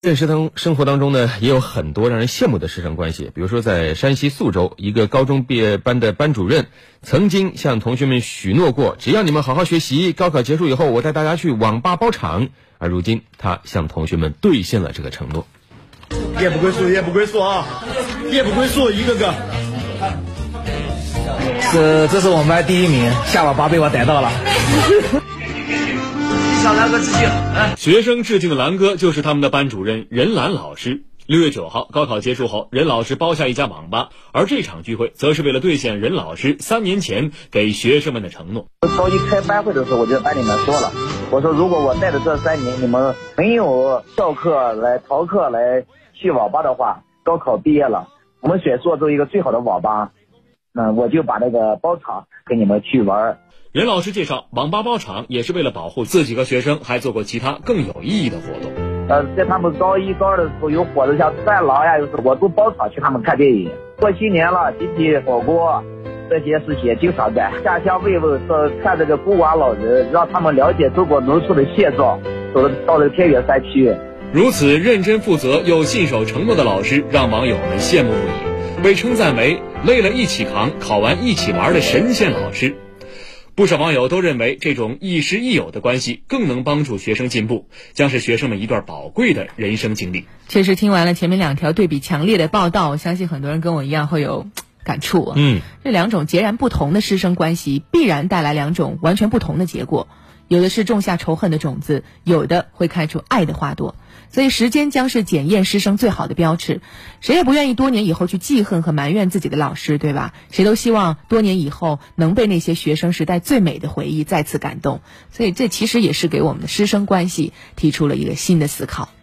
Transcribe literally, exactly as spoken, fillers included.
现实当生活当中呢，也有很多让人羡慕的师生关系。比如说，在山西宿州，一个高中毕业班的班主任曾经向同学们许诺过，只要你们好好学习，高考结束以后，我带大家去网吧包场。而如今，他向同学们兑现了这个承诺。 夜不归宿，夜不归宿啊！夜不归宿，一个个。 这这是我们班第一名，下网吧被我逮到了。 向蓝哥致敬！哎， 学生致敬的蓝哥就是他们的班主任任兰老师。六月九号，高考结束后，任老师包下一家网吧，而这场聚会则是为了兑现任老师三年前给学生们的承诺。 高一开班会的时候，我就在班里面说了，我说如果我带的这三年你们没有翘课来逃课来去网吧的话，高考毕业了，我们选做做一个最好的网吧，那我就把那个包场给你们去玩。 任老师介绍，网吧包场也是为了保护自己和学生，还做过其他更有意义的活动。 呃，在他们高一高二的时候，有伙子像战狼呀，有时我都包场去他们看电影。过新年了，集体火锅，这些事情经常干。下乡慰问，说看这个孤寡老人，让他们了解中国农村的现状，走到这个偏远山区。 如此认真负责又信守承诺的老师，让网友们羡慕不已，被称赞为累了一起扛，考完一起玩的神仙老师。不少网友都认为，这种亦师亦友的关系更能帮助学生进步，将是学生们一段宝贵的人生经历。 确实，听完了前面两条对比强烈的报道，我相信很多人跟我一样会有感触啊。 嗯， 这两种截然不同的师生关系，必然带来两种完全不同的结果。有的是种下仇恨的种子，有的会开出爱的花朵。所以时间将是检验师生最好的标尺，谁也不愿意多年以后去记恨和埋怨自己的老师，对吧？谁都希望多年以后能被那些学生时代最美的回忆再次感动。所以这其实也是给我们的师生关系提出了一个新的思考。